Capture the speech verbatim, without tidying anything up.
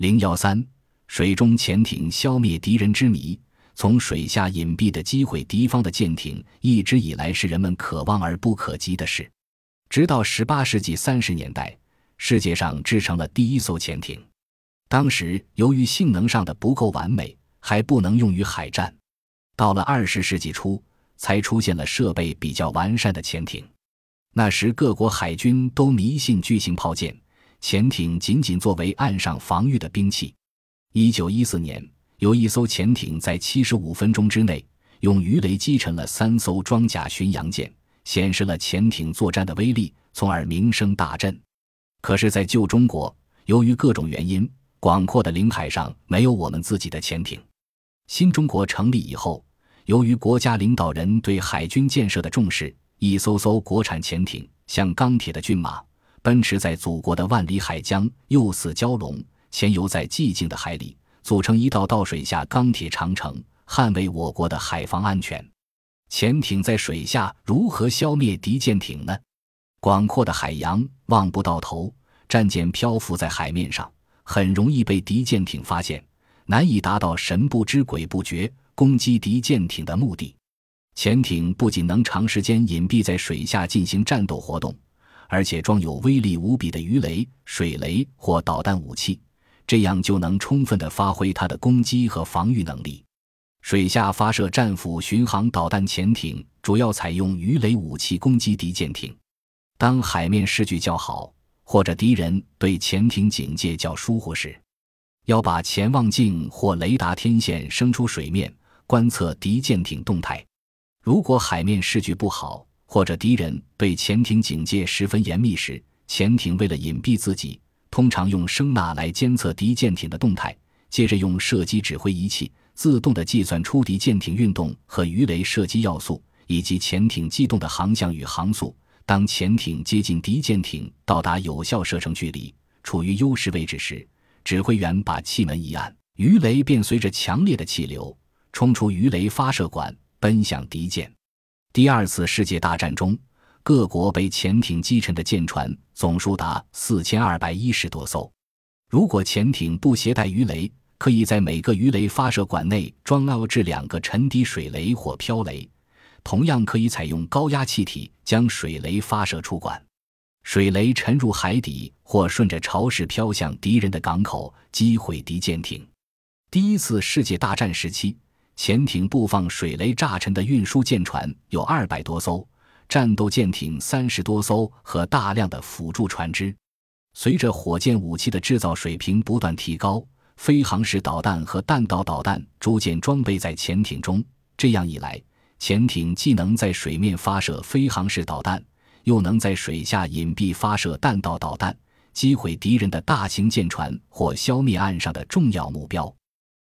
零一三水中潜艇消灭敌人之谜。从水下隐蔽的击毁敌方的舰艇一直以来是人们可望而不可及的事。直到十八世纪三十年代，世界上制成了第一艘潜艇。当时由于性能上的不够完美，还不能用于海战。到了二十世纪初，才出现了设备比较完善的潜艇。那时各国海军都迷信巨型炮舰，潜艇仅仅作为岸上防御的兵器。一九一四年，有一艘潜艇在七十五分钟之内用鱼雷击沉了三艘装甲巡洋舰，显示了潜艇作战的威力，从而名声大振。可是在旧中国，由于各种原因，广阔的领海上没有我们自己的潜艇。新中国成立以后，由于国家领导人对海军建设的重视，一艘艘国产潜艇像钢铁的骏马，奔驰在祖国的万里海疆，又似蛟龙，潜游在寂静的海里，组成一道道水下钢铁长城，捍卫我国的海防安全。潜艇在水下如何消灭敌舰艇呢？广阔的海洋望不到头，战舰漂浮在海面上，很容易被敌舰艇发现，难以达到神不知鬼不觉攻击敌舰艇的目的。潜艇不仅能长时间隐蔽在水下进行战斗活动，而且装有威力无比的鱼雷、水雷或导弹武器，这样就能充分地发挥它的攻击和防御能力。水下发射战斧巡航导弹潜艇主要采用鱼雷武器攻击敌舰艇。当海面视距较好，或者敌人对潜艇警戒较疏忽时，要把潜望镜或雷达天线升出水面，观测敌舰艇动态。如果海面视距不好，或者敌人对潜艇警戒十分严密时，潜艇为了隐蔽自己，通常用声呐来监测敌舰艇的动态，接着用射击指挥仪器自动地计算出敌舰艇运动和鱼雷射击要素，以及潜艇机动的航向与航速。当潜艇接近敌舰艇到达有效射程距离，处于优势位置时，指挥员把气门一按，鱼雷便随着强烈的气流冲出鱼雷发射管，奔向敌舰。第二次世界大战中，各国被潜艇击沉的舰船总数达四千二百一十多艘。如果潜艇不携带鱼雷，可以在每个鱼雷发射管内装二至两个沉底水雷或漂雷，同样可以采用高压气体将水雷发射出管。水雷沉入海底或顺着潮势飘向敌人的港口，击毁敌舰艇。第一次世界大战时期，潜艇布放水雷炸沉的运输舰船有二百多艘，战斗舰艇三十多艘和大量的辅助船只。随着火箭武器的制造水平不断提高，飞航式导弹和弹道导弹逐渐装备在潜艇中，这样一来，潜艇既能在水面发射飞航式导弹，又能在水下隐蔽发射弹道导弹，击毁敌人的大型舰船或消灭岸上的重要目标。